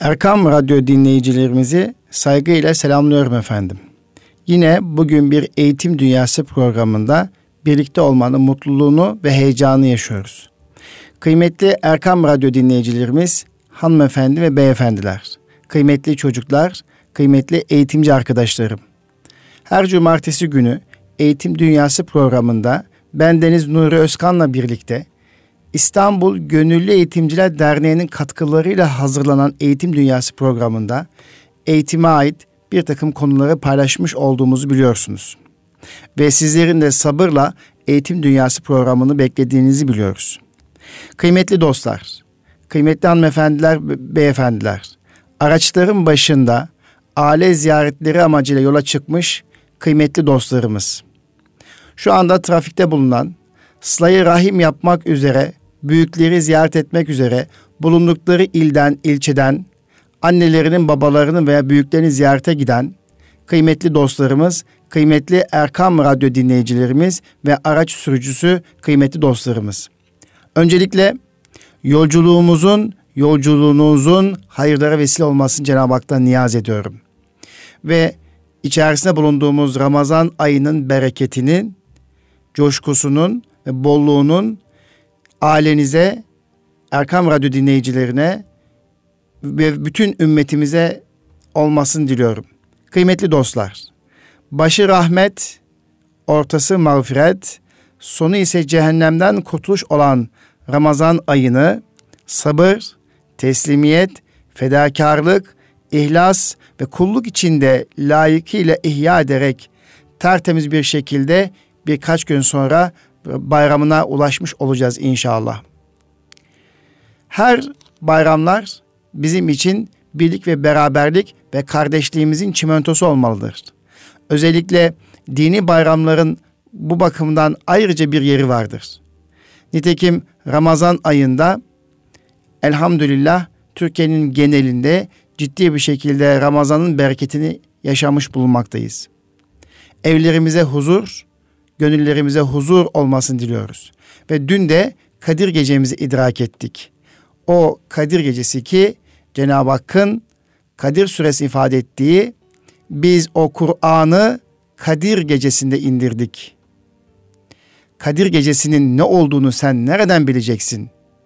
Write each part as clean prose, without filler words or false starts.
Erkam Radyo dinleyicilerimizi saygıyla selamlıyorum efendim. Yine bugün bir Eğitim Dünyası programında birlikte olmanın mutluluğunu ve heyecanı yaşıyoruz. Kıymetli Erkam Radyo dinleyicilerimiz, hanımefendi ve beyefendiler, kıymetli çocuklar, kıymetli eğitimci arkadaşlarım. Her cumartesi günü Eğitim Dünyası programında bendeniz Nuri Özkan'la birlikte İstanbul Gönüllü Eğitimciler Derneği'nin katkılarıyla hazırlanan Eğitim Dünyası programında eğitime ait bir takım konuları paylaşmış olduğumuzu biliyorsunuz. Ve sizlerin de sabırla Eğitim Dünyası programını beklediğinizi biliyoruz. Kıymetli dostlar, kıymetli hanımefendiler, beyefendiler, araçların başında aile ziyaretleri amacıyla yola çıkmış kıymetli dostlarımız. Şu anda trafikte bulunan, sıla-i rahim yapmak üzere, büyükleri ziyaret etmek üzere bulundukları ilden, ilçeden, annelerinin, babalarının veya büyüklerini ziyarete giden kıymetli dostlarımız, kıymetli Erkam Radyo dinleyicilerimiz ve araç sürücüsü kıymetli dostlarımız. Öncelikle yolculuğunuzun hayırlara vesile olmasını Cenab-ı Hak'tan niyaz ediyorum. Ve içerisinde bulunduğumuz Ramazan ayının bereketinin, coşkusunun ve bolluğunun ailenize, Erkam Radyo dinleyicilerine ve bütün ümmetimize olmasını diliyorum. Kıymetli dostlar, başı rahmet, ortası mağfiret, sonu ise cehennemden kurtuluş olan Ramazan ayını sabır, teslimiyet, fedakarlık, ihlas ve kulluk içinde layıkıyla ihya ederek tertemiz bir şekilde birkaç gün sonra bayramına ulaşmış olacağız inşallah. Her bayramlar bizim için birlik ve beraberlik ve kardeşliğimizin çimentosu olmalıdır. Özellikle dini bayramların bu bakımdan ayrıca bir yeri vardır. Nitekim Ramazan ayında elhamdülillah Türkiye'nin genelinde ciddi bir şekilde Ramazan'ın bereketini yaşamış bulunmaktayız. Evlerimize huzur, gönüllerimize huzur olmasını diliyoruz. Ve dün de Kadir Gecemizi idrak ettik. O Kadir Gecesi ki Cenab-ı Hakk'ın Kadir Suresi ifade ettiği, biz o Kur'an'ı Kadir Gecesi'nde indirdik. Kadir Gecesi'nin ne olduğunu sen nereden bileceksin?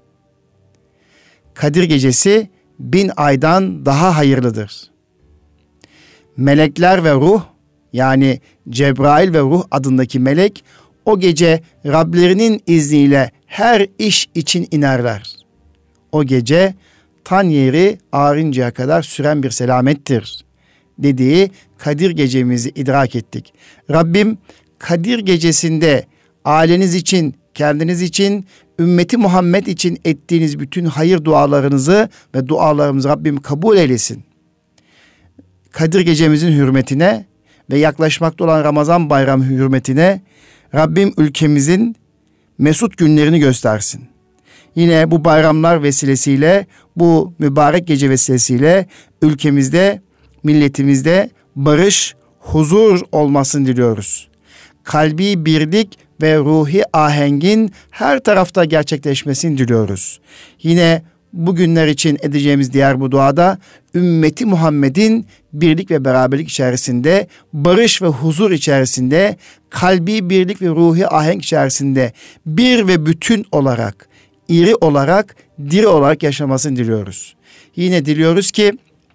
Kadir Gecesi 1000 aydan daha hayırlıdır. Melekler ve ruh, yani Cebrail ve ruh adındaki melek o gece Rablerinin izniyle her iş için inerler. O gece tan yeri ağrıncaya kadar süren bir selamettir dediği Kadir Gecemizi idrak ettik. Rabbim Kadir Gecesi'nde aileniz için, kendiniz için, ümmeti Muhammed için ettiğiniz bütün hayır dualarınızı ve dualarımızı Rabbim kabul eylesin. Kadir Gecemizin hürmetine ve yaklaşmakta olan Ramazan bayramı hürmetine Rabbim ülkemizin mesut günlerini göstersin. Yine bu bayramlar vesilesiyle, bu mübarek gece vesilesiyle ülkemizde, milletimizde barış, huzur olmasını diliyoruz. Kalbi birlik ve ruhi ahengin her tarafta gerçekleşmesini diliyoruz. Yine bugünler için edeceğimiz diğer bu duada ümmeti Muhammed'in birlik ve beraberlik içerisinde, barış ve huzur içerisinde, kalbi birlik ve ruhi ahenk içerisinde bir ve bütün olarak, iri olarak, diri olarak yaşamasını diliyoruz. Yine diliyoruz ki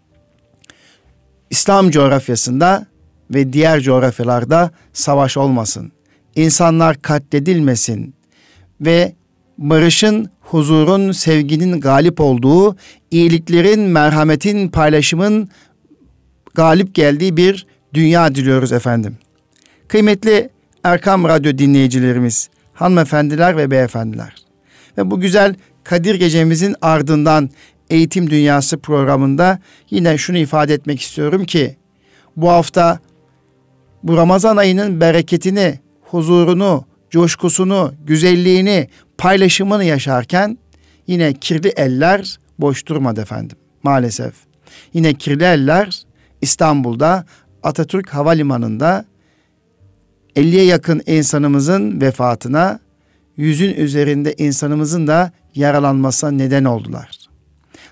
İslam coğrafyasında ve diğer coğrafyalarda savaş olmasın. İnsanlar katledilmesin ve barışın, huzurun, sevginin galip olduğu, iyiliklerin, merhametin, paylaşımın galip geldiği bir dünya diliyoruz efendim. Kıymetli Erkam Radyo dinleyicilerimiz, hanımefendiler ve beyefendiler. Ve bu güzel Kadir Gecemizin ardından Eğitim Dünyası programında yine şunu ifade etmek istiyorum ki bu hafta bu Ramazan ayının bereketini, huzurunu, coşkusunu, güzelliğini, paylaşımını yaşarken yine kirli eller boş durmadı efendim maalesef. Yine kirli eller İstanbul'da Atatürk Havalimanı'nda 50'ye yakın insanımızın vefatına, 100'ün üzerinde insanımızın da yaralanmasına neden oldular.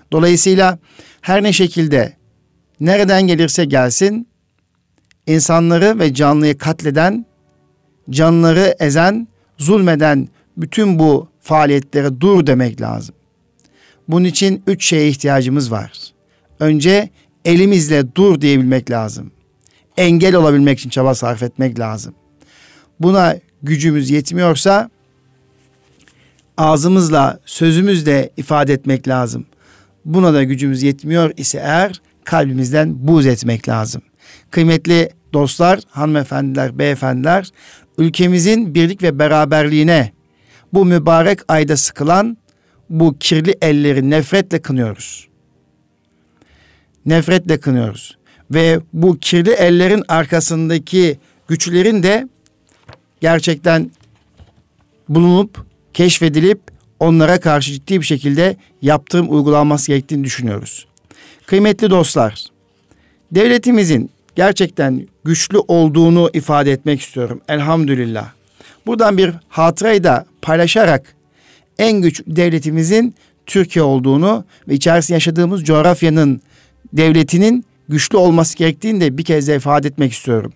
Dolayısıyla her ne şekilde nereden gelirse gelsin insanları ve canlıyı katleden, canlıları ezen, zulmeden bütün bu faaliyetlere dur demek lazım. Bunun için 3 şeye ihtiyacımız var. Önce elimizle dur diyebilmek lazım. Engel olabilmek için çaba sarf etmek lazım. Buna gücümüz yetmiyorsa ağzımızla, sözümüzle ifade etmek lazım. Buna da gücümüz yetmiyor ise eğer kalbimizden buğz etmek lazım. Kıymetli dostlar, hanımefendiler, beyefendiler, ülkemizin birlik ve beraberliğine bu mübarek ayda sıkılan bu kirli elleri nefretle kınıyoruz. Nefretle kınıyoruz. Ve bu kirli ellerin arkasındaki güçlerin de gerçekten bulunup, keşfedilip onlara karşı ciddi bir şekilde yaptırım uygulanması gerektiğini düşünüyoruz. Kıymetli dostlar, devletimizin gerçekten güçlü olduğunu ifade etmek istiyorum. Elhamdülillah. Buradan bir hatırayı da paylaşarak en güçlü devletimizin Türkiye olduğunu ve içerisinde yaşadığımız coğrafyanın devletinin güçlü olması gerektiğini de bir kez de ifade etmek istiyorum.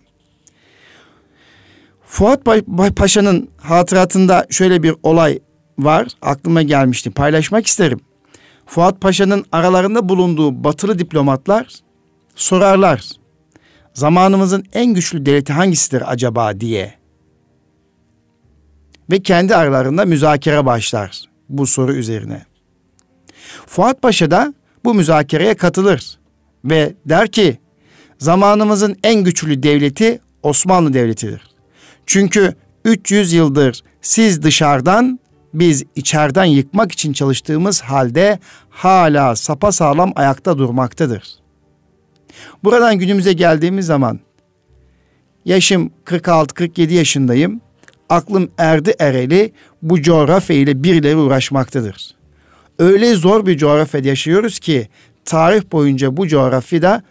Fuat Paşa'nın hatıratında şöyle bir olay var. Aklıma gelmişti. Paylaşmak isterim. Fuat Paşa'nın aralarında bulunduğu batılı diplomatlar sorarlar. Zamanımızın en güçlü devleti hangisidir acaba diye. Ve kendi aralarında müzakere başlar bu soru üzerine. Fuat Paşa da bu müzakereye katılır ve der ki zamanımızın en güçlü devleti Osmanlı Devleti'dir. Çünkü 300 yıldır siz dışarıdan biz içeriden yıkmak için çalıştığımız halde hala sapasağlam ayakta durmaktadır. Buradan günümüze geldiğimiz zaman yaşım 46-47 yaşındayım. Aklım erdi ereli bu coğrafya ile birileri uğraşmaktadır. Öyle zor bir coğrafyada yaşıyoruz ki tarih boyunca bu coğrafyada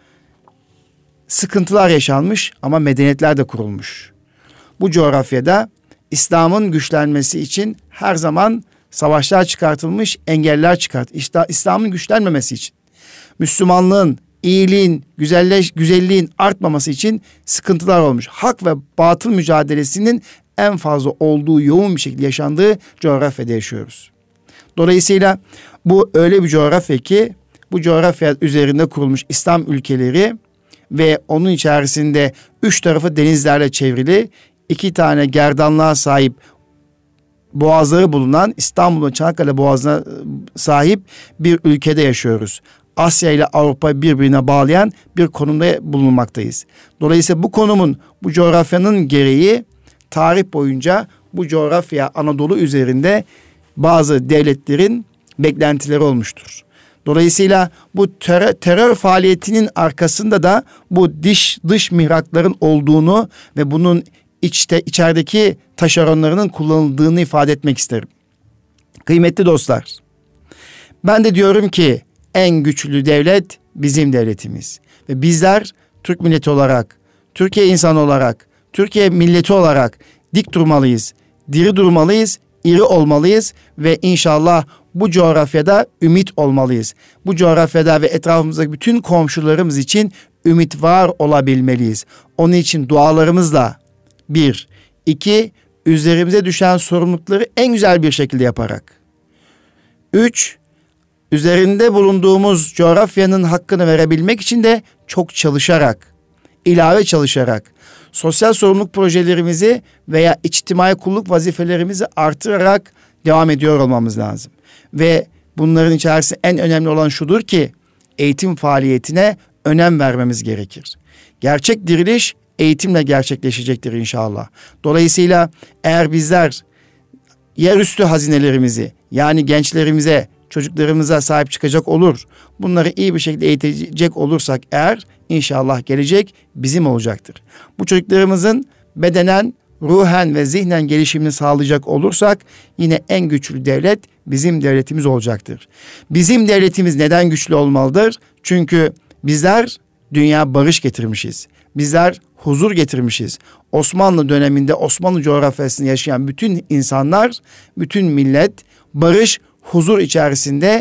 sıkıntılar yaşanmış ama medeniyetler de kurulmuş. Bu coğrafyada İslam'ın güçlenmesi için her zaman savaşlar çıkartılmış, engeller İslam'ın güçlenmemesi için, Müslümanlığın, iyiliğin, güzelliğin artmaması için sıkıntılar olmuş. Hak ve batıl mücadelesinin en fazla olduğu, yoğun bir şekilde yaşandığı coğrafyada yaşıyoruz. Dolayısıyla bu öyle bir coğrafya ki bu coğrafya üzerinde kurulmuş İslam ülkeleri ve onun içerisinde 3 tarafı denizlerle çevrili, 2 tane gerdanlığa sahip boğazları bulunan İstanbul'un Çanakkale Boğazı'na sahip bir ülkede yaşıyoruz. Asya ile Avrupa birbirine bağlayan bir konumda bulunmaktayız. Dolayısıyla bu konumun, bu coğrafyanın gereği tarih boyunca bu coğrafya Anadolu üzerinde bazı devletlerin beklentileri olmuştur. Dolayısıyla bu terör faaliyetinin arkasında da bu dış mihrakların olduğunu ve bunun içerideki taşeronlarının kullanıldığını ifade etmek isterim. Kıymetli dostlar, ben de diyorum ki en güçlü devlet bizim devletimiz. Ve bizler Türk milleti olarak, Türkiye insanı olarak, Türkiye milleti olarak dik durmalıyız, diri durmalıyız, iri olmalıyız ve inşallah bu coğrafyada ümit olmalıyız. Bu coğrafyada ve etrafımızdaki bütün komşularımız için ümit var olabilmeliyiz. Onun için dualarımızla 1, 2, üzerimize düşen sorumlulukları en güzel bir şekilde yaparak. 3, üzerinde bulunduğumuz coğrafyanın hakkını verebilmek için de çok çalışarak, ilave çalışarak, sosyal sorumluluk projelerimizi veya içtimai kulluk vazifelerimizi artırarak devam ediyor olmamız lazım. Ve bunların içerisinde en önemli olan şudur ki eğitim faaliyetine önem vermemiz gerekir. Gerçek diriliş eğitimle gerçekleşecektir inşallah. Dolayısıyla eğer bizler yerüstü hazinelerimizi yani gençlerimize, çocuklarımıza sahip çıkacak olur, bunları iyi bir şekilde eğitecek olursak eğer inşallah gelecek bizim olacaktır. Bu çocuklarımızın bedenen, ruhen ve zihnen gelişimini sağlayacak olursak yine en güçlü devlet bizim devletimiz olacaktır. Bizim devletimiz neden güçlü olmalıdır? Çünkü bizler dünya barış getirmişiz. Bizler huzur getirmişiz. Osmanlı döneminde Osmanlı coğrafyasında yaşayan bütün insanlar, bütün millet barış, huzur içerisinde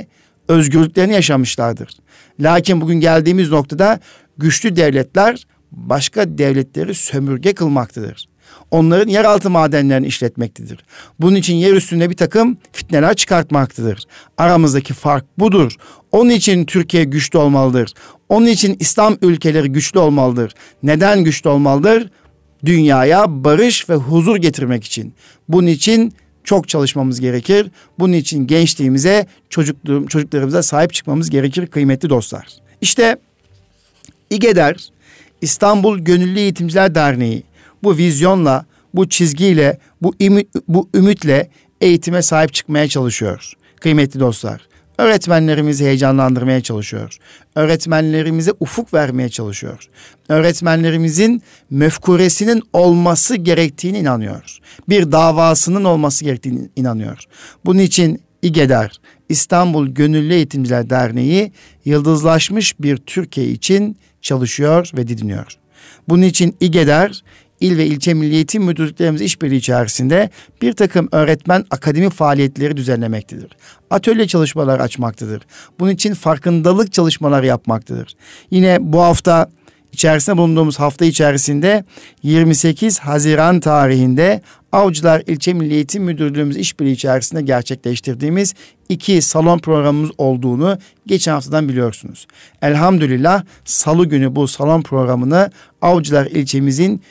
özgürlüklerini yaşamışlardır. Lakin bugün geldiğimiz noktada güçlü devletler başka devletleri sömürge kılmaktadır. Onların yeraltı madenlerini işletmektedir. Bunun için yer üstünde bir takım fitneler çıkartmaktadır. Aramızdaki fark budur. Onun için Türkiye güçlü olmalıdır. Onun için İslam ülkeleri güçlü olmalıdır. Neden güçlü olmalıdır? Dünyaya barış ve huzur getirmek için. Bunun için çok çalışmamız gerekir. Bunun için gençliğimize, çocuklarımıza sahip çıkmamız gerekir kıymetli dostlar. İşte İGEDER, İstanbul Gönüllü Eğitimciler Derneği bu vizyonla, bu çizgiyle, bu ümitle eğitime sahip çıkmaya çalışıyor. Kıymetli dostlar, öğretmenlerimizi heyecanlandırmaya çalışıyor. Öğretmenlerimize ufuk vermeye çalışıyor. Öğretmenlerimizin mefkuresinin olması gerektiğini inanıyor. Bir davasının olması gerektiğini inanıyor. Bunun için İGEDER, İstanbul Gönüllü Eğitimciler Derneği yıldızlaşmış bir Türkiye için çalışıyor ve didiniyor. Bunun için İGEDER, İl ve ilçe milli eğitim müdürlüklerimiz işbirliği içerisinde bir takım öğretmen akademi faaliyetleri düzenlemektedir. Atölye çalışmalar açmaktadır. Bunun için farkındalık çalışmaları yapmaktadır. Yine bu hafta içerisinde bulunduğumuz hafta içerisinde 28 Haziran tarihinde Avcılar İlçe Milli Eğitim Müdürlüğümüz işbirliği içerisinde gerçekleştirdiğimiz 2 salon programımız olduğunu geçen haftadan biliyorsunuz. Elhamdülillah salı günü bu salon programını Avcılar ilçemizin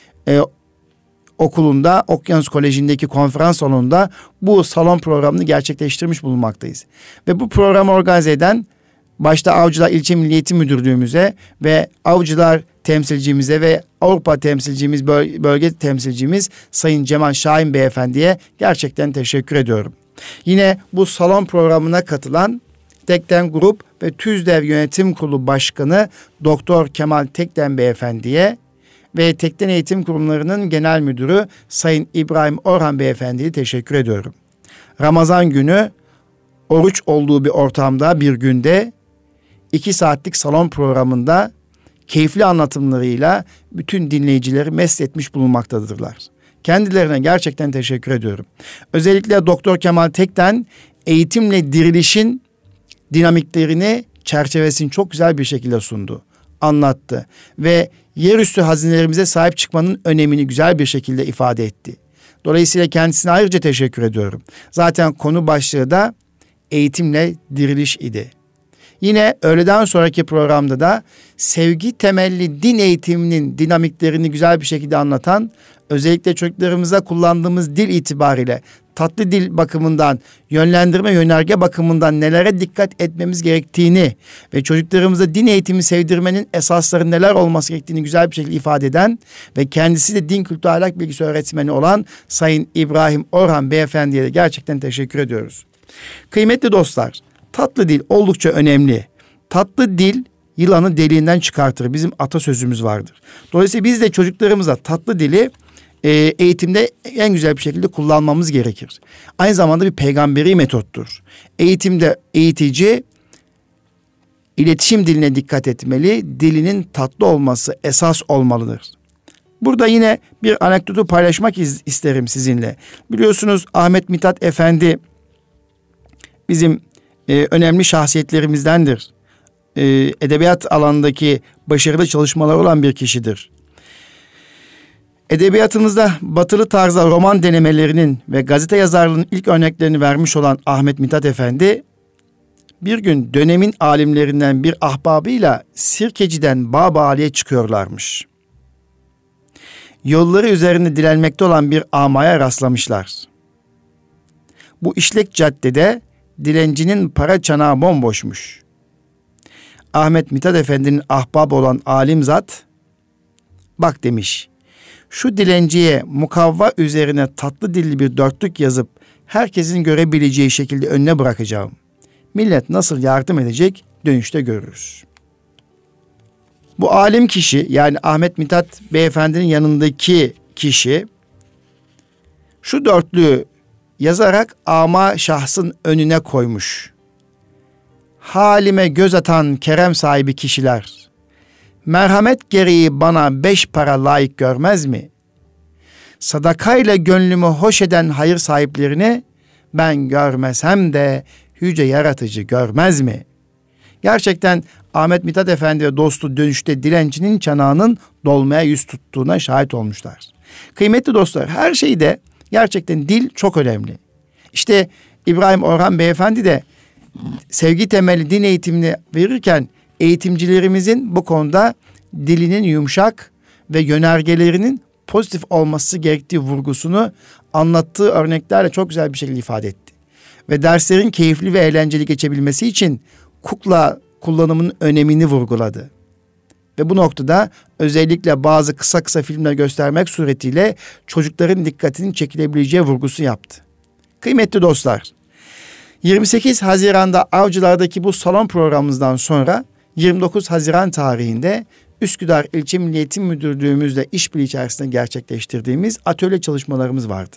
okulunda, Okyanus Koleji'ndeki konferans salonunda bu salon programını gerçekleştirmiş bulunmaktayız. Ve bu programı organize eden başta Avcılar İlçe Milli Eğitim Müdürlüğümüze ve Avcılar temsilcimize ve Avrupa temsilcimiz, bölge temsilcimiz Sayın Cemal Şahin Beyefendi'ye gerçekten teşekkür ediyorum. Yine bu salon programına katılan Tekden Grup ve TÜZDEV Yönetim Kurulu Başkanı Doktor Kemal Tekden Beyefendi'ye ve Tekden Eğitim Kurumlarının Genel Müdürü Sayın İbrahim Orhan Beyefendi'ye teşekkür ediyorum. Ramazan günü oruç olduğu bir ortamda, bir günde 2 saatlik salon programında keyifli anlatımlarıyla bütün dinleyicileri mest etmiş bulunmaktadırlar. Kendilerine gerçekten teşekkür ediyorum. Özellikle Doktor Kemal Tekden eğitimle dirilişin dinamiklerini, çerçevesini çok güzel bir şekilde sundu, anlattı ve yerüstü hazinelerimize sahip çıkmanın önemini güzel bir şekilde ifade etti. Dolayısıyla kendisine ayrıca teşekkür ediyorum. Zaten konu başlığı da eğitimle diriliş idi. Yine öğleden sonraki programda da sevgi temelli din eğitiminin dinamiklerini güzel bir şekilde anlatan, özellikle çocuklarımıza kullandığımız dil itibariyle tatlı dil bakımından, yönlendirme yönerge bakımından nelere dikkat etmemiz gerektiğini ve çocuklarımıza din eğitimi sevdirmenin esasları neler olması gerektiğini güzel bir şekilde ifade eden ve kendisi de din kültürü ahlak bilgisi öğretmeni olan Sayın İbrahim Orhan Beyefendi'ye de gerçekten teşekkür ediyoruz. Kıymetli dostlar, tatlı dil oldukça önemli. Tatlı dil yılanı deliğinden çıkartır. Bizim atasözümüz vardır. Dolayısıyla biz de çocuklarımıza tatlı dili eğitimde en güzel bir şekilde kullanmamız gerekir. Aynı zamanda bir peygamberi metottur. Eğitimde eğitici iletişim diline dikkat etmeli. Dilinin tatlı olması esas olmalıdır. Burada yine bir anekdotu paylaşmak isterim sizinle. Biliyorsunuz Ahmet Mithat Efendi bizim önemli şahsiyetlerimizdendir. Edebiyat alanındaki başarılı çalışmalar olan bir kişidir. Edebiyatımızda batılı tarzda roman denemelerinin ve gazete yazarlığının ilk örneklerini vermiş olan Ahmet Mithat Efendi, bir gün dönemin alimlerinden bir ahbabıyla Sirkeci'den Bağbağlı'ya çıkıyorlarmış. Yolları üzerinde dilenmekte olan bir amaya rastlamışlar. Bu işlek caddede dilencinin para çanağı bomboşmuş. Ahmet Mithat Efendi'nin ahbabı olan alim zat, bak demiş, şu dilenciye mukavva üzerine tatlı dilli bir dörtlük yazıp herkesin görebileceği şekilde önüne bırakacağım. Millet nasıl yardım edecek dönüşte görürüz. Bu alim kişi, yani Ahmet Mithat Beyefendi'nin yanındaki kişi şu dörtlüğü yazarak ama şahsın önüne koymuş. Halime göz atan kerem sahibi kişiler, merhamet gereği bana 5 para layık görmez mi? Sadakayla gönlümü hoş eden hayır sahiplerini ben görmesem de yüce yaratıcı görmez mi? Gerçekten Ahmet Mithat Efendi ve dostu dönüşte dilencinin çanağının dolmaya yüz tuttuğuna şahit olmuşlar. Kıymetli dostlar, her şeyde gerçekten dil çok önemli. İşte İbrahim Orhan Beyefendi de sevgi temelli din eğitimini verirken eğitimcilerimizin bu konuda dilinin yumuşak ve yönergelerinin pozitif olması gerektiği vurgusunu anlattığı örneklerle çok güzel bir şekilde ifade etti. Ve derslerin keyifli ve eğlenceli geçebilmesi için kukla kullanımının önemini vurguladı. Ve bu noktada özellikle bazı kısa kısa filmler göstermek suretiyle çocukların dikkatinin çekilebileceği vurgusu yaptı. Kıymetli dostlar, 28 Haziran'da Avcılar'daki bu salon programımızdan sonra 29 Haziran tarihinde Üsküdar İlçe Milli Eğitim Müdürlüğümüzle işbirliği içerisinde gerçekleştirdiğimiz atölye çalışmalarımız vardı.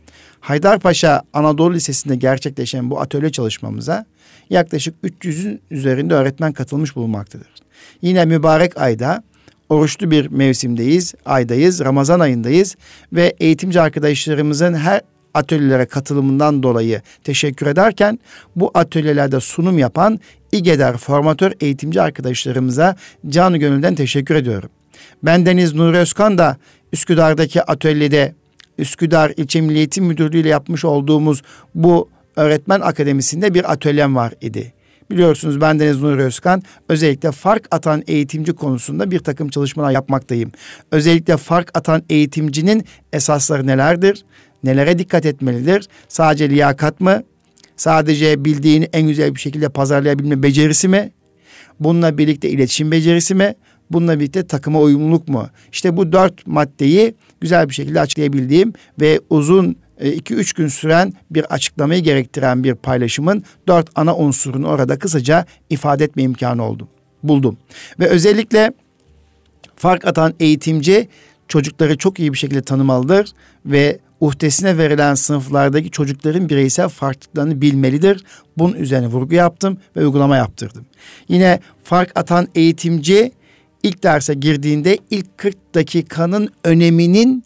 Haydarpaşa Anadolu Lisesi'nde gerçekleşen bu atölye çalışmamıza yaklaşık 300'ün üzerinde öğretmen katılmış bulunmaktadır. Yine mübarek ayda, oruçlu bir mevsimdeyiz, aydayız, Ramazan ayındayız ve eğitimci arkadaşlarımızın her atölyelere katılımından dolayı teşekkür ederken bu atölyelerde sunum yapan İGEDER formatör eğitimci arkadaşlarımıza canı gönülden teşekkür ediyorum. Bendeniz Nuri Özkan da Üsküdar'daki atölyede Üsküdar İlçe Milli Eğitim Müdürlüğü ile yapmış olduğumuz bu öğretmen akademisinde bir atölyem var idi. Biliyorsunuz bendeniz Nuri Özkan özellikle fark atan eğitimci konusunda bir takım çalışmalar yapmaktayım. Özellikle fark atan eğitimcinin esasları nelerdir? Nelere dikkat etmelidir? Sadece liyakat mı? Sadece bildiğini en güzel bir şekilde pazarlayabilme becerisi mi? Bununla birlikte iletişim becerisi mi? Bununla birlikte takıma uyumluluk mu? İşte bu 4 maddeyi güzel bir şekilde açıklayabildiğim ve uzun 2-3 gün süren bir açıklamayı gerektiren bir paylaşımın 4 ana unsurunu orada kısaca ifade etme imkanı buldum. Ve özellikle fark atan eğitimci çocukları çok iyi bir şekilde tanımalıdır ve uhdesine verilen sınıflardaki çocukların bireysel farklılıklarını bilmelidir. Bunun üzerine vurgu yaptım ve uygulama yaptırdım. Yine fark atan eğitimci ilk derse girdiğinde ilk 40 dakikanın öneminin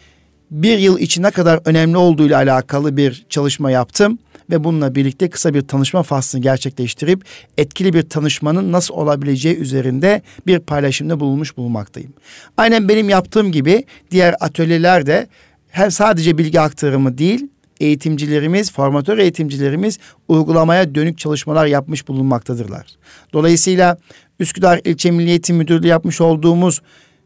bir yıl için ne kadar önemli olduğuyla alakalı bir çalışma yaptım. Ve bununla birlikte kısa bir tanışma faslını gerçekleştirip etkili bir tanışmanın nasıl olabileceği üzerinde bir paylaşımda bulunmaktayım. Aynen benim yaptığım gibi diğer atölyelerde hem sadece bilgi aktarımı değil, eğitimcilerimiz, formatör eğitimcilerimiz uygulamaya dönük çalışmalar yapmış bulunmaktadırlar. Dolayısıyla Üsküdar İlçe Milli Eğitim Müdürlüğü yapmış olduğumuz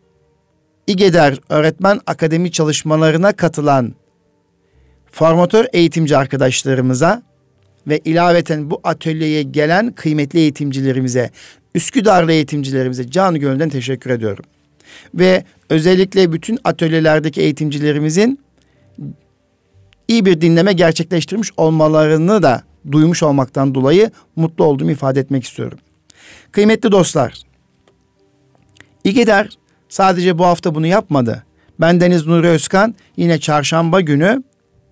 İGEDER Öğretmen Akademi çalışmalarına katılan formatör eğitimci arkadaşlarımıza ve ilaveten bu atölyeye gelen kıymetli eğitimcilerimize, Üsküdarlı eğitimcilerimize canı gönülden teşekkür ediyorum. Ve özellikle bütün atölyelerdeki eğitimcilerimizin iyi bir dinleme gerçekleştirmiş olmalarını da duymuş olmaktan dolayı mutlu olduğumu ifade etmek istiyorum. Kıymetli dostlar, İGEDER sadece bu hafta bunu yapmadı. Bendeniz Nuri Özkan yine çarşamba günü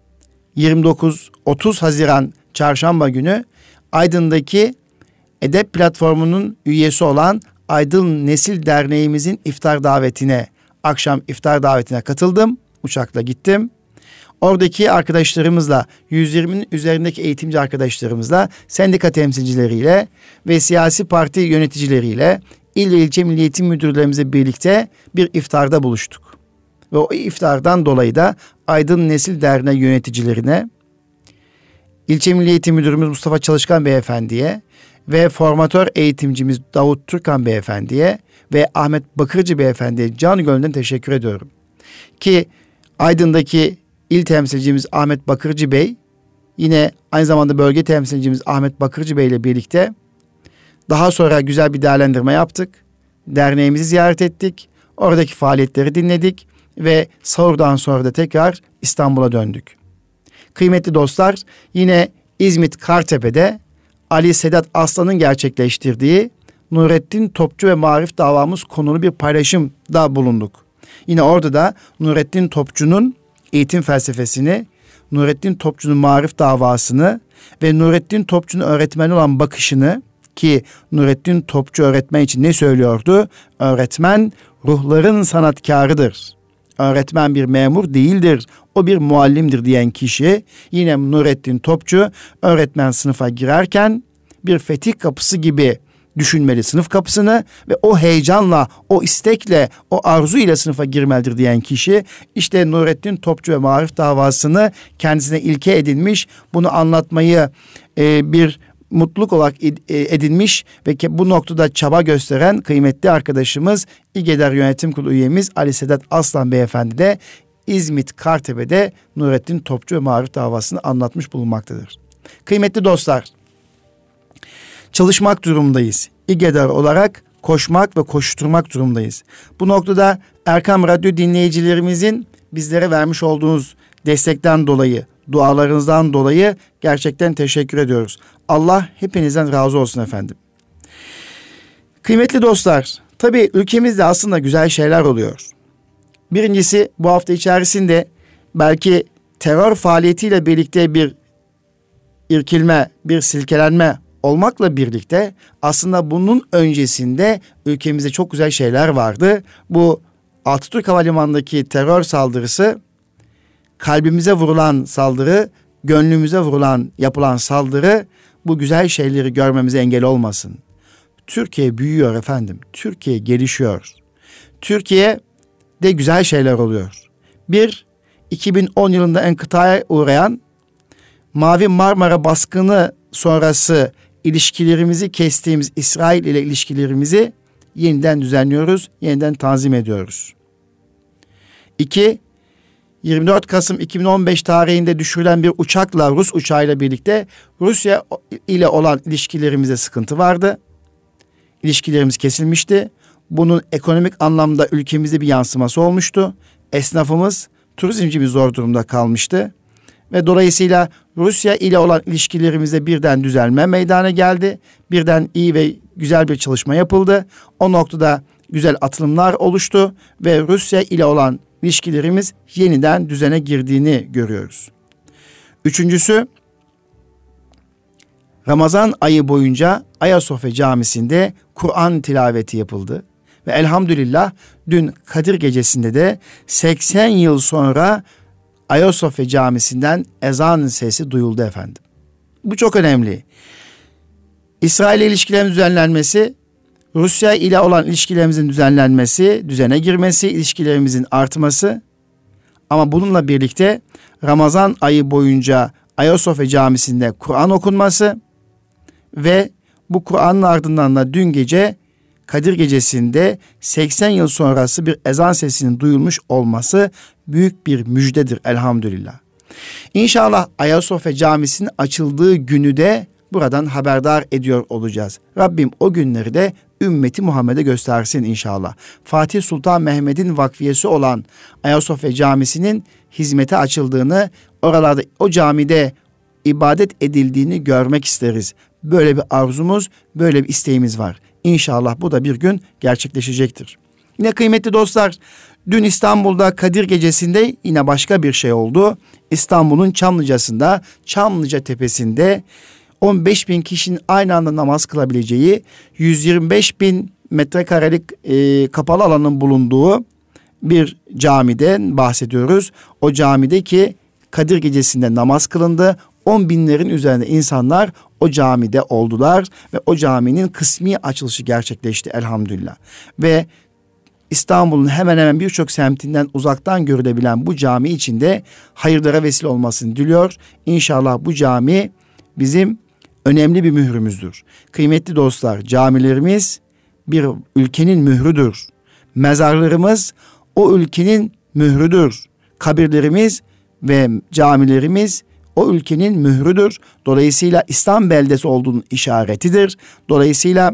29-30 Haziran çarşamba günü Aydın'daki Edep Platformu'nun üyesi olan Aydın Nesil Derneğimizin akşam iftar davetine katıldım. Uçakla gittim. Oradaki arkadaşlarımızla, 120'nin üzerindeki eğitimci arkadaşlarımızla, sendika temsilcileriyle ve siyasi parti yöneticileriyle, il ve ilçe milli eğitim müdürlerimizle birlikte bir iftarda buluştuk. Ve o iftardan dolayı da Aydın Nesil Derneği yöneticilerine, İlçe Milli Eğitim Müdürümüz Mustafa Çalışkan Beyefendi'ye ve formatör eğitimcimiz Davut Türkan Beyefendi'ye ve Ahmet Bakırcı Beyefendi'ye canı gönülden teşekkür ediyorum. Ki Aydın'daki il temsilcimiz Ahmet Bakırcı Bey, yine aynı zamanda bölge temsilcimiz Ahmet Bakırcı Bey ile birlikte daha sonra güzel bir değerlendirme yaptık. Derneğimizi ziyaret ettik. Oradaki faaliyetleri dinledik ve sahurdan sonra da tekrar İstanbul'a döndük. Kıymetli dostlar, yine İzmit Kartepe'de Ali Sedat Aslan'ın gerçekleştirdiği Nurettin Topçu ve Marif Davamız konulu bir paylaşımda bulunduk. Yine orada da Nurettin Topçu'nun eğitim felsefesini, Nurettin Topçu'nun marif davasını ve Nurettin Topçu'nun öğretmeni olan bakışını, ki Nurettin Topçu öğretmen için ne söylüyordu? Öğretmen ruhların sanatkarıdır. Öğretmen bir memur değildir. O bir muallimdir diyen kişi, yine Nurettin Topçu öğretmen sınıfa girerken bir fetih kapısı gibi düşünmeli sınıf kapısını ve o heyecanla, o istekle, o arzu ile sınıfa girmelidir diyen kişi, işte Nurettin Topçu ve Marif davasını kendisine ilke edinmiş, bunu anlatmayı bir mutluluk olarak edinmiş ve bu noktada çaba gösteren kıymetli arkadaşımız İGEDER Yönetim Kurulu üyemiz Ali Sedat Aslan Beyefendi de İzmit Kartepe'de Nurettin Topçu ve Marif davasını anlatmış bulunmaktadır. Kıymetli dostlar, çalışmak durumundayız. İGEDER olarak koşmak ve koşturmak durumundayız. Bu noktada Erkam Radyo dinleyicilerimizin bizlere vermiş olduğunuz destekten dolayı, dualarınızdan dolayı gerçekten teşekkür ediyoruz. Allah hepinizden razı olsun efendim. Kıymetli dostlar, tabii ülkemizde aslında güzel şeyler oluyor. Birincisi, bu hafta içerisinde belki terör faaliyetiyle birlikte bir irkilme, bir silkelenme olmakla birlikte aslında bunun öncesinde ülkemizde çok güzel şeyler vardı. Bu Atatürk Havalimanı'ndaki terör saldırısı, kalbimize vurulan saldırı, gönlümüze yapılan saldırı bu güzel şeyleri görmemize engel olmasın. Türkiye büyüyor efendim. Türkiye gelişiyor. Türkiye'de güzel şeyler oluyor. 2010 yılında enkıtaya uğrayan Mavi Marmara baskını sonrası ilişkilerimizi kestiğimiz İsrail ile ilişkilerimizi yeniden düzenliyoruz, yeniden tanzim ediyoruz. 24 Kasım 2015 tarihinde düşürülen bir uçakla, Rus uçağıyla birlikte Rusya ile olan ilişkilerimizde sıkıntı vardı. İlişkilerimiz kesilmişti. Bunun ekonomik anlamda ülkemizde bir yansıması olmuştu. Esnafımız, turizmcimiz zor durumda kalmıştı. Ve dolayısıyla Rusya ile olan ilişkilerimizde birden düzelme meydana geldi. Birden iyi ve güzel bir çalışma yapıldı. O noktada güzel atılımlar oluştu ve Rusya ile olan ilişkilerimiz yeniden düzene girdiğini görüyoruz. Üçüncüsü, Ramazan ayı boyunca Ayasofya Camisi'nde Kur'an tilaveti yapıldı. Ve elhamdülillah dün Kadir Gecesi'nde de 80 yıl sonra Ayasofya Camisi'nden ezan sesi duyuldu efendim. Bu çok önemli. İsrail ile ilişkilerimizin düzenlenmesi, Rusya ile olan ilişkilerimizin düzenlenmesi, düzene girmesi, ilişkilerimizin artması. Ama bununla birlikte Ramazan ayı boyunca Ayasofya Camisi'nde Kur'an okunması ve bu Kur'an'ın ardından da dün gece Kadir Gecesi'nde 80 yıl sonrası bir ezan sesinin duyulmuş olması büyük bir müjdedir elhamdülillah. İnşallah Ayasofya Camisi'nin açıldığı günü de buradan haberdar ediyor olacağız. Rabbim o günleri de ümmeti Muhammed'e göstersin inşallah. Fatih Sultan Mehmet'in vakfiyesi olan Ayasofya Camisi'nin hizmete açıldığını, oralarda o camide ibadet edildiğini görmek isteriz. Böyle bir arzumuz, böyle bir isteğimiz var. İnşallah bu da bir gün gerçekleşecektir. Yine kıymetli dostlar, dün İstanbul'da Kadir Gecesi'nde yine başka bir şey oldu. İstanbul'un Çamlıca'sında, Çamlıca Tepesi'nde 15 bin kişinin aynı anda namaz kılabileceği, 125 bin metrekarelik kapalı alanın bulunduğu bir camiden bahsediyoruz. O camideki Kadir Gecesi'nde namaz kılındı. 10 binlerin üzerinde insanlar o camide oldular ve o caminin kısmi açılışı gerçekleşti elhamdülillah. Ve İstanbul'un hemen hemen birçok semtinden uzaktan görülebilen bu cami içinde hayırlara vesile olmasını diliyor. İnşallah bu cami bizim önemli bir mührümüzdür. Kıymetli dostlar, camilerimiz bir ülkenin mührüdür. Mezarlarımız o ülkenin mührüdür. Kabirlerimiz ve camilerimiz o ülkenin mührüdür. Dolayısıyla İslam beldesi olduğunun işaretidir. Dolayısıyla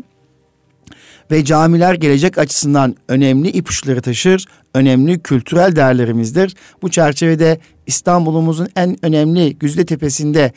ve camiler gelecek açısından önemli ipuçları taşır, önemli kültürel değerlerimizdir. Bu çerçevede İstanbul'umuzun en önemli Güzide Tepesi'nde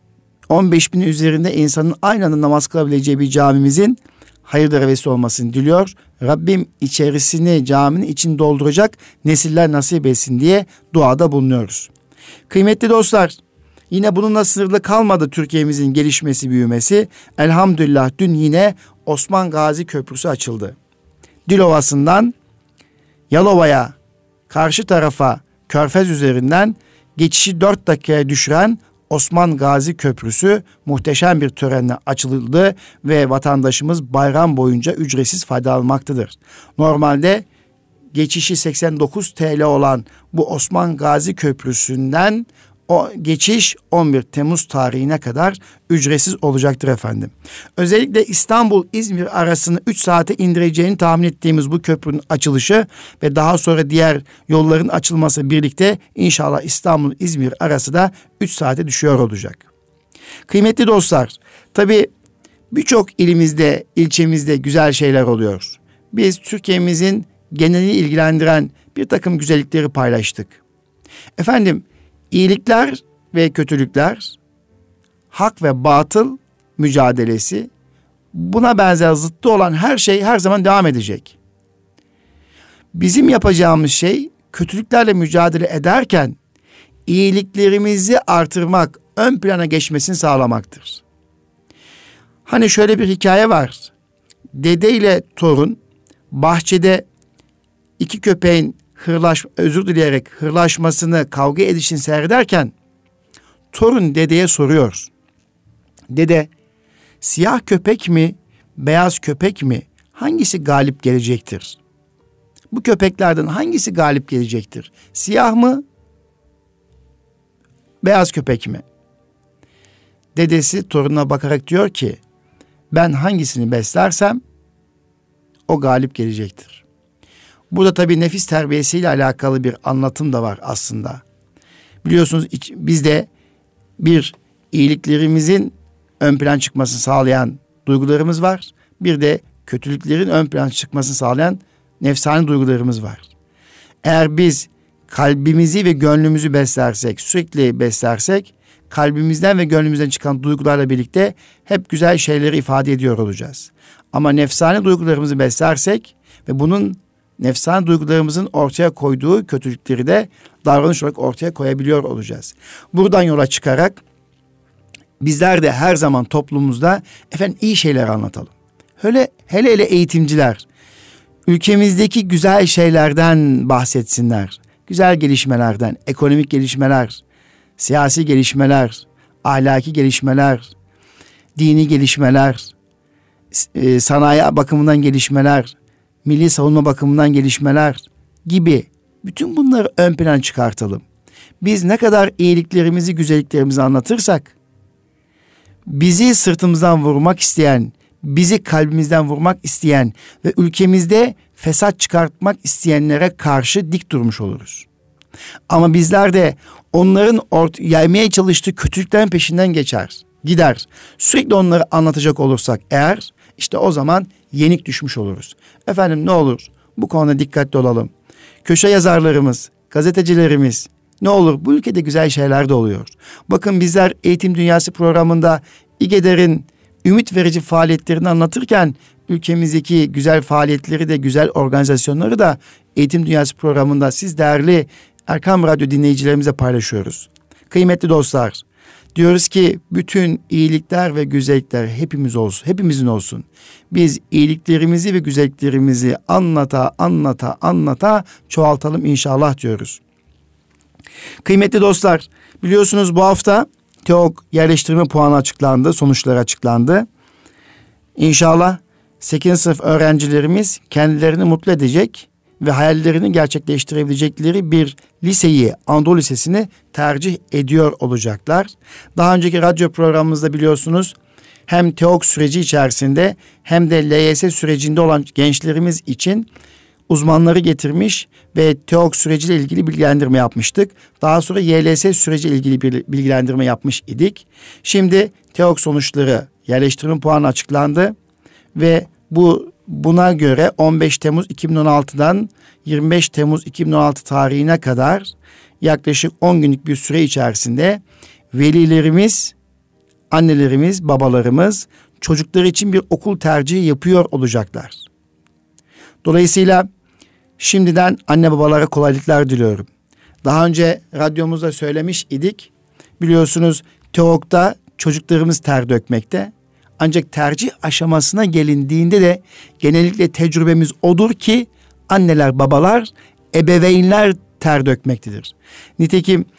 15 bin üzerinde insanın aynı anda namaz kılabileceği bir camimizin hayırlara vesile olmasını diliyor. Rabbim içerisini, caminin içini dolduracak nesiller nasip etsin diye duada bulunuyoruz. Kıymetli dostlar, yine bununla sınırlı kalmadı Türkiye'mizin gelişmesi, büyümesi. Elhamdülillah dün yine Osman Gazi Köprüsü açıldı. Dilovası'ndan Yalova'ya, karşı tarafa Körfez üzerinden geçişi 4 dakikaya düşüren Osman Gazi Köprüsü muhteşem bir törenle açıldı ve vatandaşımız bayram boyunca ücretsiz faydalanmaktadır. Normalde geçişi 89 TL olan bu Osman Gazi Köprüsü'nden o geçiş 11 Temmuz tarihine kadar ücretsiz olacaktır efendim. Özellikle İstanbul-İzmir arasını 3 saate indireceğini tahmin ettiğimiz bu köprünün açılışı ve daha sonra diğer yolların açılması birlikte inşallah İstanbul-İzmir arası da 3 saate düşüyor olacak. Kıymetli dostlar, tabii birçok ilimizde, ilçemizde güzel şeyler oluyor. Biz Türkiye'mizin genelini ilgilendiren bir takım güzellikleri paylaştık. Efendim, İyilikler ve kötülükler, hak ve batıl mücadelesi, buna benzer zıttı olan her şey her zaman devam edecek. Bizim yapacağımız şey kötülüklerle mücadele ederken iyiliklerimizi artırmak, ön plana geçmesini sağlamaktır. Hani şöyle bir hikaye var. Dede ile torun bahçede iki köpeğin hırlaşmasını, kavga edişini seyrederken torun dedeye soruyor. Dede, siyah köpek mi, beyaz köpek mi? Hangisi galip gelecektir? Bu köpeklerden hangisi galip gelecektir? Siyah mı, beyaz köpek mi? Dedesi torununa bakarak diyor ki, ben hangisini beslersem o galip gelecektir. Burada tabii nefis terbiyesiyle alakalı bir anlatım da var aslında. Biliyorsunuz bizde bir iyiliklerimizin ön plan çıkmasını sağlayan duygularımız var. Bir de kötülüklerin ön plan çıkmasını sağlayan nefsani duygularımız var. Eğer biz kalbimizi ve gönlümüzü beslersek, sürekli beslersek, kalbimizden ve gönlümüzden çıkan duygularla birlikte hep güzel şeyleri ifade ediyor olacağız. Ama nefsani duygularımızı beslersek ve bunun nefsani duygularımızın ortaya koyduğu kötülükleri de davranış olarak ortaya koyabiliyor olacağız. Buradan yola çıkarak bizler de her zaman toplumumuzda iyi şeyler anlatalım. Hele eğitimciler ülkemizdeki güzel şeylerden bahsetsinler. Güzel gelişmelerden, ekonomik gelişmeler, siyasi gelişmeler, ahlaki gelişmeler, dini gelişmeler, sanayi bakımından gelişmeler, milli savunma bakımından gelişmeler gibi bütün bunları ön plana çıkartalım. Biz ne kadar iyiliklerimizi, güzelliklerimizi anlatırsak, bizi sırtımızdan vurmak isteyen, bizi kalbimizden vurmak isteyen ve ülkemizde fesat çıkartmak isteyenlere karşı dik durmuş oluruz. Ama bizler de onların yaymaya çalıştığı kötülüklerin peşinden gider. Sürekli onları anlatacak olursak eğer, işte o zaman yenik düşmüş oluruz. Efendim ne olur bu konuda dikkatli olalım. Köşe yazarlarımız, gazetecilerimiz, ne olur bu ülkede güzel şeyler de oluyor. Bakın bizler Eğitim Dünyası programında İGEDER'in ümit verici faaliyetlerini anlatırken ülkemizdeki güzel faaliyetleri de, güzel organizasyonları da Eğitim Dünyası programında siz değerli Erkam Radyo dinleyicilerimize paylaşıyoruz. Kıymetli dostlar, diyoruz ki bütün iyilikler ve güzellikler hepimizin olsun. Biz iyiliklerimizi ve güzelliklerimizi anlata çoğaltalım inşallah diyoruz. Kıymetli dostlar, biliyorsunuz bu hafta TEOK yerleştirme puanı açıklandı, sonuçları açıklandı. İnşallah 8. sınıf öğrencilerimiz kendilerini mutlu edecek ve hayallerini gerçekleştirebilecekleri bir liseyi, Anadolu Lisesi'ni tercih ediyor olacaklar. Daha önceki radyo programımızda biliyorsunuz hem TEOK süreci içerisinde hem de LYS sürecinde olan gençlerimiz için uzmanları getirmiş ve TEOK süreciyle ilgili bilgilendirme yapmıştık. Daha sonra YLS süreciyle ilgili bir bilgilendirme yapmış idik. Şimdi TEOK sonuçları, yerleştirme puanı açıklandı ve buna göre 15 Temmuz 2016'dan 25 Temmuz 2016 tarihine kadar yaklaşık 10 günlük bir süre içerisinde velilerimiz, annelerimiz, babalarımız çocukları için bir okul tercihi yapıyor olacaklar. Dolayısıyla şimdiden anne babalara kolaylıklar diliyorum. Daha önce radyomuzda söylemiş idik. Biliyorsunuz TEOK'ta çocuklarımız ter dökmekte. Ancak tercih aşamasına gelindiğinde de genellikle tecrübemiz odur ki anneler, babalar, ebeveynler ter dökmektedir. Nitekim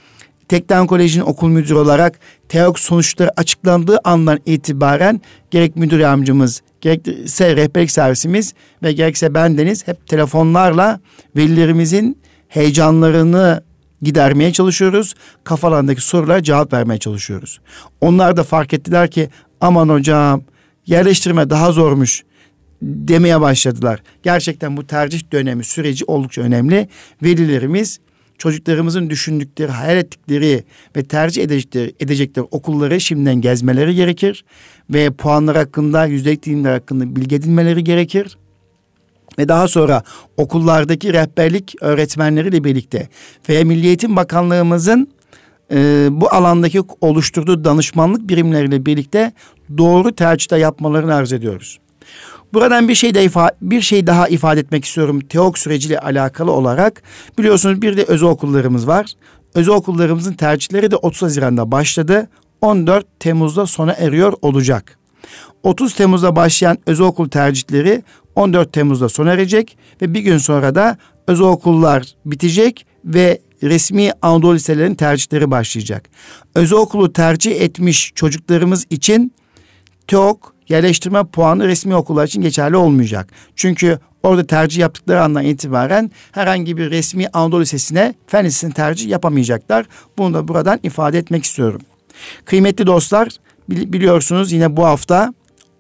Tekden Koleji'nin okul müdürü olarak TEOK sonuçları açıklandığı andan itibaren gerek müdür yardımcımız, gerekse rehberlik servisimiz ve gerekse bendeniz hep telefonlarla velilerimizin heyecanlarını gidermeye çalışıyoruz. Kafalarındaki sorulara cevap vermeye çalışıyoruz. Onlar da fark ettiler ki aman hocam yerleştirme daha zormuş demeye başladılar. Gerçekten bu tercih dönemi süreci oldukça önemli. Velilerimiz çocuklarımızın düşündükleri, hayal ettikleri ve tercih edecekleri okulları şimdiden gezmeleri gerekir. Ve puanlar hakkında, yüzdelik dilimler hakkında bilgi edinmeleri gerekir. Ve daha sonra okullardaki rehberlik öğretmenleriyle birlikte ve Milli Eğitim Bakanlığımızın bu alandaki oluşturduğu danışmanlık birimleriyle birlikte doğru tercihler yapmalarını arz ediyoruz. Buradan bir şey daha ifade etmek istiyorum TEOK süreciyle alakalı olarak. Biliyorsunuz bir de özel okullarımız var. Özel okullarımızın tercihleri de 30 Haziran'da başladı. 14 Temmuz'da sona eriyor olacak. 30 Temmuz'da başlayan özel okul tercihleri 14 Temmuz'da sona erecek ve bir gün sonra da özel okullar bitecek ve resmi Anadolu liselerinin tercihleri başlayacak. Özel okulu tercih etmiş çocuklarımız için TEOK yerleştirme puanı resmi okullar için geçerli olmayacak. Çünkü orada tercih yaptıkları andan itibaren herhangi bir resmi Anadolu Lisesi'ne, fen lisesine tercih yapamayacaklar. Bunu da buradan ifade etmek istiyorum. Kıymetli dostlar, biliyorsunuz yine bu hafta,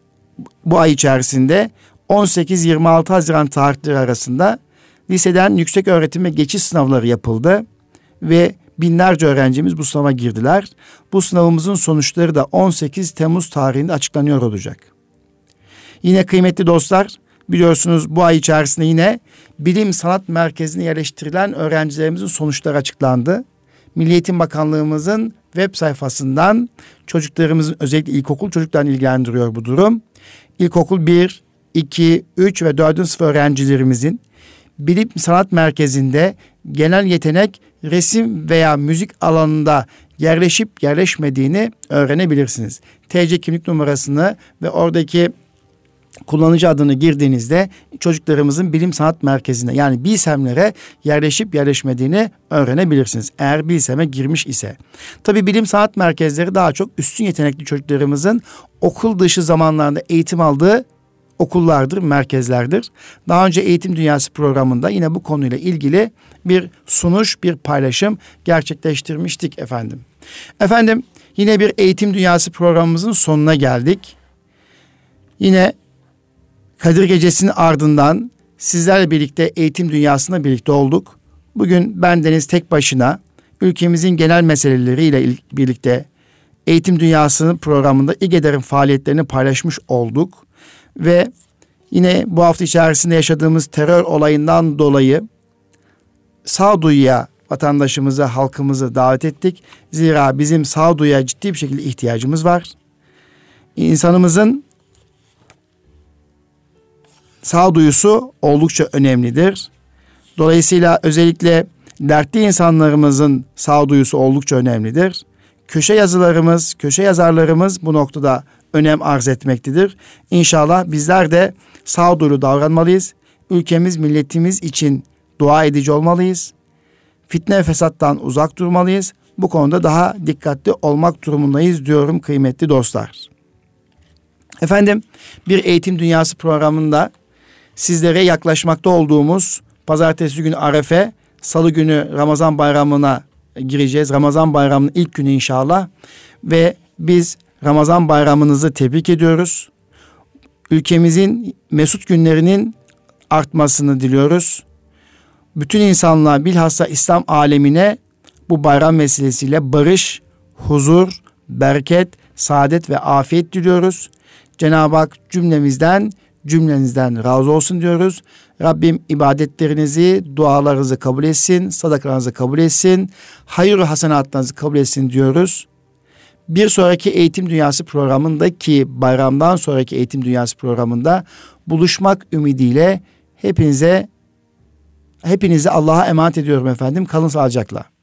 bu ay içerisinde 18-26 Haziran tarihleri arasında liseden yüksek öğretime geçiş sınavları yapıldı ve binlerce öğrencimiz bu sınava girdiler. Bu sınavımızın sonuçları da 18 Temmuz tarihinde açıklanıyor olacak. Yine kıymetli dostlar, biliyorsunuz bu ay içerisinde yine Bilim Sanat Merkezi'ne yerleştirilen öğrencilerimizin sonuçları açıklandı. Milli Eğitim Bakanlığımızın web sayfasından çocuklarımızın, özellikle ilkokul çocuklarını ilgilendiriyor bu durum. İlkokul 1, 2, 3 ve 4. sınıf öğrencilerimizin Bilim Sanat Merkezi'nde genel yetenek, resim veya müzik alanında yerleşip yerleşmediğini öğrenebilirsiniz. TC kimlik numarasını ve oradaki kullanıcı adını girdiğinizde çocuklarımızın Bilim Sanat Merkezi'nde yani BİSEM'lere yerleşip yerleşmediğini öğrenebilirsiniz. Eğer BİSEM'e girmiş ise. Tabii Bilim Sanat Merkezleri daha çok üstün yetenekli çocuklarımızın okul dışı zamanlarında eğitim aldığı okullardır, merkezlerdir. Daha önce Eğitim Dünyası programında yine bu konuyla ilgili bir sunuş, bir paylaşım gerçekleştirmiştik efendim. Efendim yine bir Eğitim Dünyası programımızın sonuna geldik. Yine Kadir Gecesi'nin ardından sizlerle birlikte Eğitim Dünyası'nda birlikte olduk. Bugün bendeniz tek başına ülkemizin genel meseleleriyle birlikte Eğitim Dünyası'nın programında İGEDER'in faaliyetlerini paylaşmış olduk. Ve yine bu hafta içerisinde yaşadığımız terör olayından dolayı sağduyuya vatandaşımızı, halkımızı davet ettik. Zira bizim sağduyuya ciddi bir şekilde ihtiyacımız var. İnsanımızın sağduyusu oldukça önemlidir. Dolayısıyla özellikle dertli insanlarımızın sağduyusu oldukça önemlidir. Köşe yazılarımız, köşe yazarlarımız bu noktada önem arz etmektedir. İnşallah bizler de sağduyulu davranmalıyız. Ülkemiz, milletimiz için dua edici olmalıyız. Fitne ve fesattan uzak durmalıyız. Bu konuda daha dikkatli olmak durumundayız diyorum kıymetli dostlar. Efendim bir Eğitim Dünyası programında sizlere yaklaşmakta olduğumuz pazartesi günü Arefe, salı günü Ramazan bayramına gireceğiz. Ramazan bayramının ilk günü inşallah ve biz Ramazan bayramınızı tebrik ediyoruz. Ülkemizin mesut günlerinin artmasını diliyoruz. Bütün insanlığa bilhassa İslam alemine bu bayram vesilesiyle barış, huzur, bereket, saadet ve afiyet diliyoruz. Cenab-ı Hak cümlenizden razı olsun diyoruz. Rabbim ibadetlerinizi, dualarınızı kabul etsin, sadakalarınızı kabul etsin, hayır ve hasenatlarınızı kabul etsin diyoruz. Bir sonraki Eğitim Dünyası programındaki bayramdan sonraki Eğitim Dünyası programında buluşmak ümidiyle hepinize Allah'a emanet ediyorum efendim. Kalın sağlıcakla.